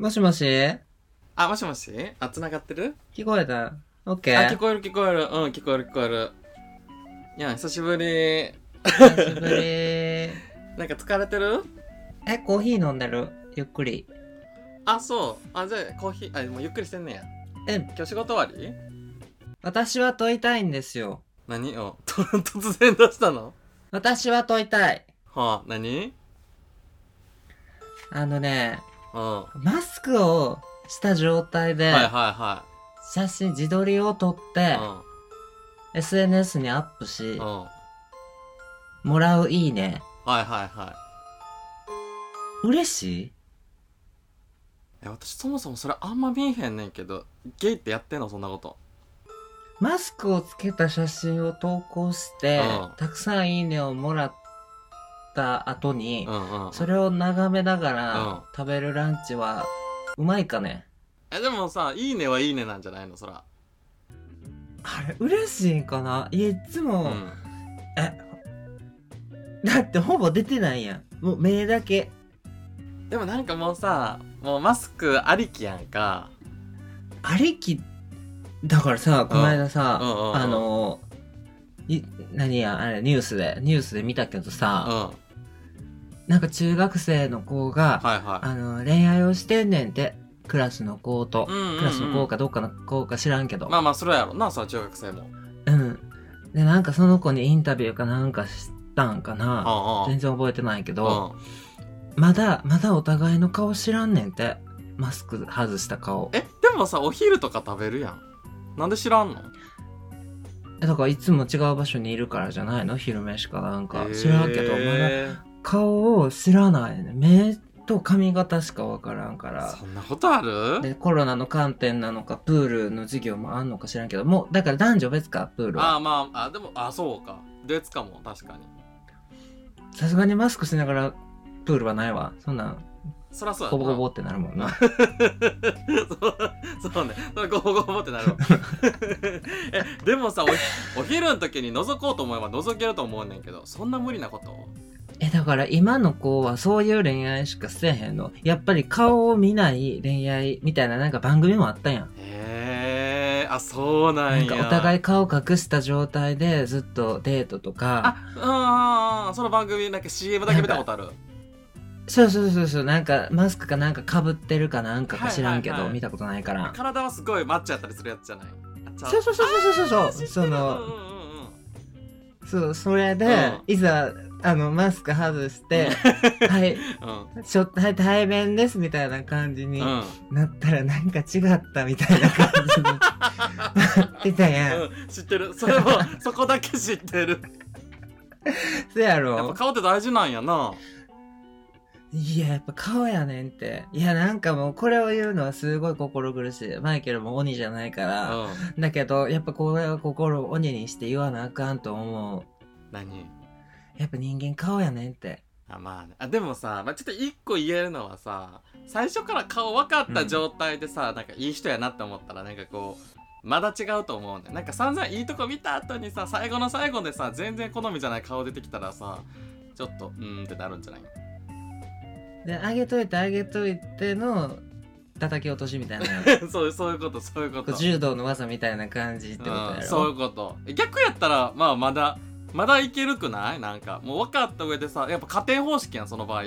もしもし。 あ、もしもし、あ、繋がってる？ 聞こえた？オッケあ、 ー。 聞こえる聞こえる。うん、聞こえる聞こえる。いや、久しぶり。 久しぶり。 なんか疲れてる？ コーヒー飲んでる？ゆっくり。 あ、そう。あ、じゃあコーヒー、もうゆっくりしてんねや。今日仕事終わり？ 私は問いたいんですよ。 何を突然出したの？ 私は問いたい。 はあ、何？ あのね、 うん。はマスクをした状態で、 いはいは写真自撮りを撮っい。 て、SNS にアップし、 うん。うん。はいもらういいね。 はいは嬉しい？ い。私そもそもそれあんま見えへんねんけど、ゲイってやってんのそんなこと？ マスクをつけた写真を投稿して、たくさんいいねをもらった後に、それを眺めながら食べるランチはうまいかね？ でもさ、いいねはいいねなんじゃないのそら。 あれ嬉しいんかな？いつも、だってほぼ出てないやん。もう目だけ。 でもなんかもうさ、もうマスクありきやんか。 ありきだからさ、この間さ、何やあれニュースで見たけどさ、なんか中学生の子が、恋愛をしてんねんて、クラスの子と、クラスの子かどっかの子か知らんけど。 まあまあそれやろな、さ、中学生も。 でなんかその子にインタビューかなんかしたんかな、全然覚えてないけど、まだお互いの顔知らんねんて、マスク外した顔。 でもさ、お昼とか食べるやん。なんで知らんの？ だからいつも違う場所にいるからじゃないの？昼飯かなんか知らんけど、まだ顔を知らないね。目と髪型しかわからんから。 そんなことある？ でコロナの観点なのかプールの授業もあんのか知らんけど、もうだから男女別か、プールは。 でもそうか、別かも。確かにさすがにマスクしながらプールはないわ。そんなんそらそうやゴボゴボってなるもんな。 そうね、ゴボゴボってなるわ。でもさ、お昼の時に覗こうと思えば覗けると思うねんけど、そんな無理なこと？ だから今の子はそういう恋愛しかせえへんの。やっぱり顔を見ない恋愛みたいななんか番組もあったやん。 そうなんや。 なんかお互い顔隠した状態でずっとデートとか。 その番組なんか CM だけ見たことある。 そう、なんかマスクかなんか被ってるかなんか知らんけど、見たことないから。 体はすごいマッチやったりするやつじゃない？ それで、いざマスク外してはい、対面ですみたいな感じになったらなんか違ったみたいな感じになってたやん。 知ってる。それもそこだけ知ってる。 そやろ。 やっぱ顔って大事なんやな。 いや、やっぱ顔やねんって。いや、なんかもうこれを言うのはすごい心苦しい。マイケルも鬼じゃないから。だけど、やっぱこれは心を鬼にして言わなあかんと思う。 何？ やっぱ人間顔やねんって。 でもさ、ちょっと一個言えるのはさ、最初から顔分かった状態でさ、なんかいい人やなって思ったらなんかこう、まだ違うと思うね。なんか散々いいとこ見た後にさ、最後の最後でさ、全然好みじゃない顔出てきたらさ、ちょっとってなるんじゃない？ で、あげといての叩き落としみたいな。 そういうこと。 柔道の技みたいな感じってことやろ。 そういうこと。逆やったら、まだいけるくない？なんか、もう分かった上でさ、やっぱ加点方式やん、その場合って。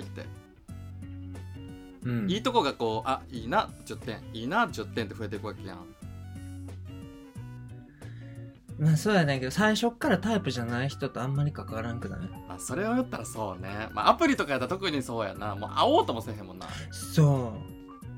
いいとこがこう、いいな、10点。いいな、10点って増えていくわけやん。 そうやねんけど、最初っからタイプじゃない人とあんまり関わらんくない？ それを言ったらそうね。アプリとかやったら特にそうやな。もう会おうともせえへんもんな。 そう。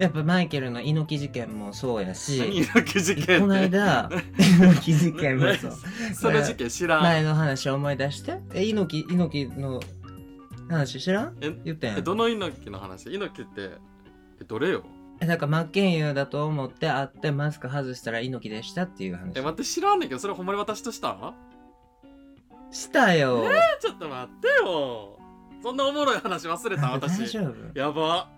やっぱマイケルの猪木事件もそうやし。 猪木事件って。 この間、猪木事件もそう。 その事件知らん。 前の話思い出して。猪木の話知らん？言ったやん。 どの猪木の話？猪木って、どれよ？ だから真剣佑だと思って会ってマスク外したら猪木でしたっていう話。 待って、知らんねんけど、それほんまに私としたん？ したよ。 ちょっと待ってよ。そんなおもろい話忘れた私。 大丈夫？ やば。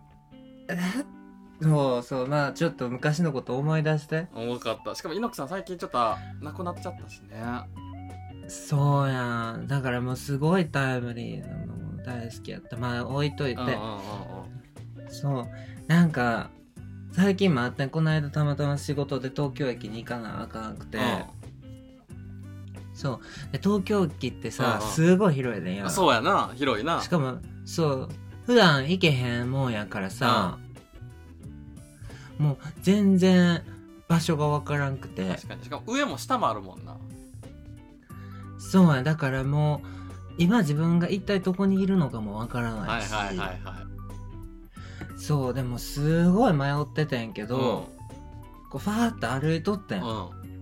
そう、ちょっと昔のこと思い出して。 重かった。しかも猪木さん最近ちょっと亡くなっちゃったしね。 そうやん。だからもうすごいタイムリーなの大好きやった。置いといて。そう。なんか最近もあって、この間たまたま仕事で東京駅に行かなあかんくて、そうで東京駅ってさ、すごい広いでんや。 そうやな、広いな。 しかもそう普段行けへんもんやからさ、もう全然場所がわからんくて。 確かに。しかも上も下もあるもんな。 そうや、だからもう今自分が一体どこにいるのかもわからないし、そうでもすごい迷っててんけど、こうファーって歩いとってん、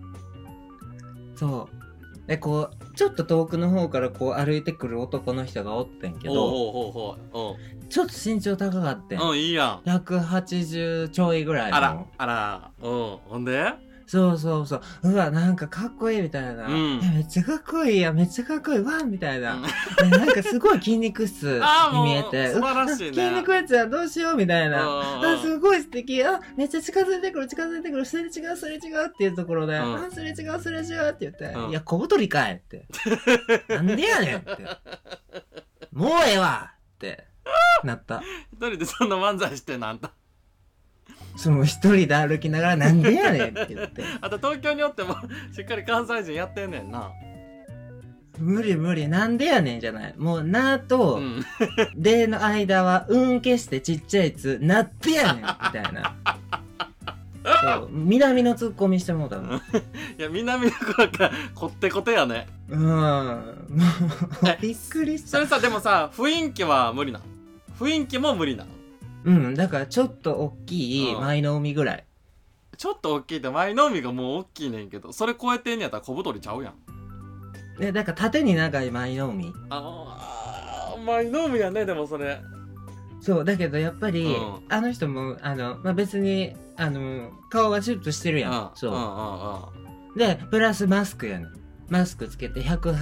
そうでこうちょっと遠くの方からこう歩いてくる男の人がおってんけど、ちょっと身長高かってん。 いいやん。 180ちょいぐらいの。 あら、ほんでそうそうそう。うわ、なんかかっこいいみたいな。めっちゃかっこいいや、めっちゃかっこいいわ、みたいな。なんかすごい筋肉質に見えて。 素晴らしいね。 筋肉質はどうしよう、みたいな。すごい素敵。めっちゃ近づいてくる、すれ違うっていうところで、すれ違うって言って、いや、小太りかいって。なんでやねんって。もうええわって、なった。 一人でそんな漫才してんの、あんた。 その一人で歩きながらなんでやねんって言って。 あと東京におってもしっかり関西人やってんねんな。 無理なんでやねんじゃない。もうなと、での間は消してちっちゃいつなってやねんみたいな。そう南のツッコミしてもうたの。 いや南の子がこってこてやね。 もうびっくりした。 それさでもさ雰囲気は無理なの。雰囲気も無理なの。 だからちょっと大きい舞の海ぐらい。 ちょっと大きいって舞の海がもう大きいねんけど、それ超えてんねやったら小太りちゃうやん。 だから縦に長い舞の海。 舞の海やね。でもそれそうだけどやっぱり、あの人も別に顔がシュッとしてるやん。そうでプラスマスクやねん。マスクつけて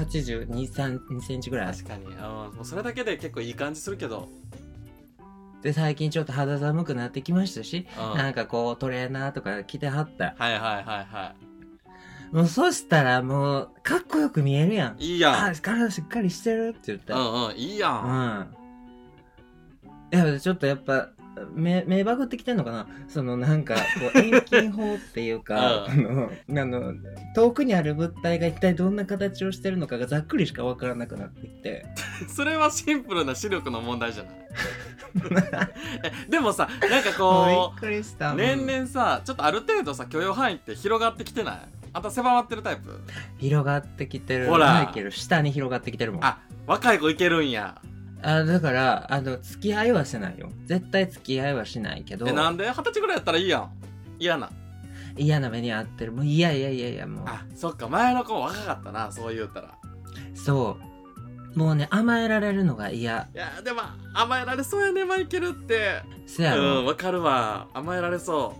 182、3センチぐらい。 確かに。もうそれだけで結構いい感じするけど。 で最近ちょっと肌寒くなってきましたし、なんかこうトレーナーとか着てはった。もうそしたらもうかっこよく見えるやん。 いいやん。 体しっかりしてるって言った。 いいやん。 いやちょっとやっぱ目バグってきてんのかな。そのなんかこう遠近法っていうか遠くにある物体が一体どんな形をしてるのかがざっくりしか分からなくなってきてそれはシンプルな視力の問題じゃないでもさなんかこう年々さちょっとある程度さ許容範囲って広がってきてない？あんた狭まってるタイプ？ 広がってきてる。 ほらマイケル下に広がってきてるもん。 若い子いけるんや。 だから付き合いはしないよ。絶対付き合いはしないけど。 なんで？20歳ぐらいやったらいいやん。嫌な目に遭ってる。もういやもう。 そっか前の子も若かったな、そう言うたら。 そうもうね甘えられるのが嫌。 いやでも甘えられそうやねマイケルって。 そやろ。 わかるわ。甘えられそう。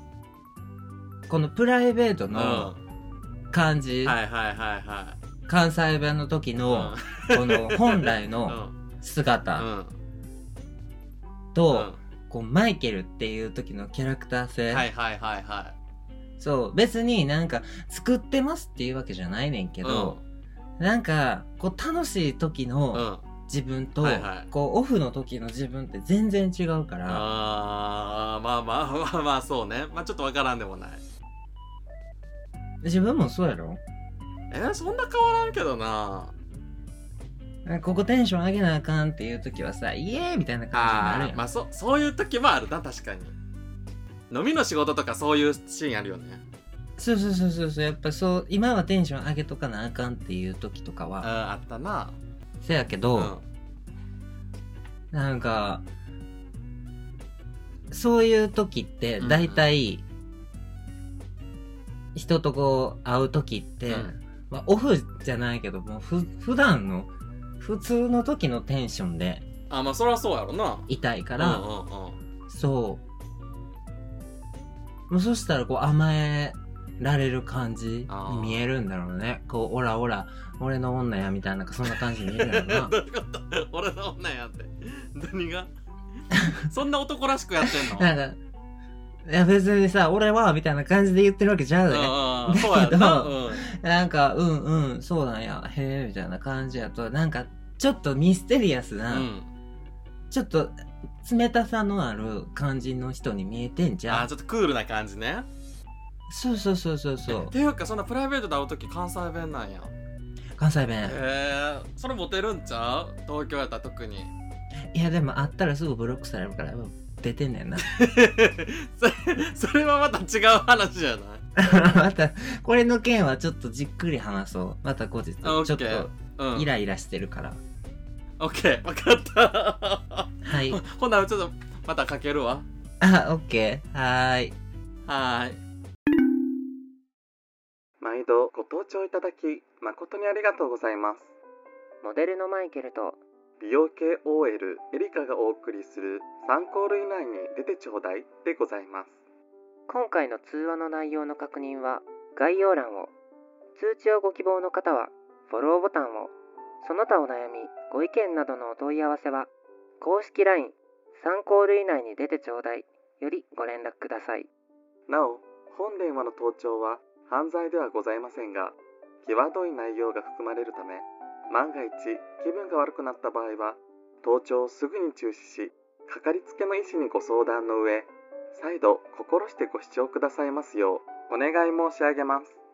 このプライベートの感じ、関西弁の時のこの本来の姿とこうマイケルっていう時のキャラクター性。そう別になんか作ってますっていうわけじゃないねんけど、なんかこう楽しい時の自分と、こうオフの時の自分って全然違うから。 まあそうね。ちょっとわからんでもない。 自分もそうやろ？ そんな変わらんけどな。 ここテンション上げなあかんっていう時はさ、イエーイみたいな感じになるやん。 そういう時もあるな、確かに。飲みの仕事とかそういうシーンあるよね。 そうやっぱそう今はテンション上げとかなあかんっていう時とかはあったな。 せやけど、なんかそういう時ってだいたい人とこう会う時って、オフじゃないけども普段の普通の時のテンションでそりゃそうやろな。 痛いから、もうそしたらこう甘えられる感じに見えるんだろうね。こうオラ俺の女やみたいなそんな感じに見えるやろな。 どういうこと？俺の女やって何がそんな男らしくやってんの？ なんかいや別にさ俺はみたいな感じで言ってるわけじゃうね。だけどなんかそうなんやへえみたいな感じやとなんかちょっとミステリアスな、ちょっと冷たさのある感じの人に見えてんじゃん。 ちょっとクールな感じね。 そうそうそうそうそう。 ていうかそんなプライベートで会う時関西弁なんや。 関西弁。 それモテるんちゃう？東京やったら特に。 いやでも会ったらすぐブロックされるから出てんねんな。 それはまた違う話じゃない？ またこれの件はちょっとじっくり話そう。また後日ちょっとイライラしてるから。 オッケー、分かった。 はい。 ほんならちょっとまたかけるわ。 オッケー。はーい。 毎度ご登聴いただき誠にありがとうございます。 モデルのマイケルと美容系 OL エリカがお送りする3コール以内に出てちょうだいでございます。 今回の通話の内容の確認は概要欄を、通知をご希望の方はフォローボタンを、その他お悩みご意見などのお問い合わせは公式 LINE 3コール以内に出てちょうだいよりご連絡ください。 なお本電話の盗聴は犯罪ではございませんが、際どい内容が含まれるため、万が一気分が悪くなった場合は盗聴をすぐに中止し、かかりつけの医師にご相談の上、再度心してご視聴くださいますようお願い申し上げます。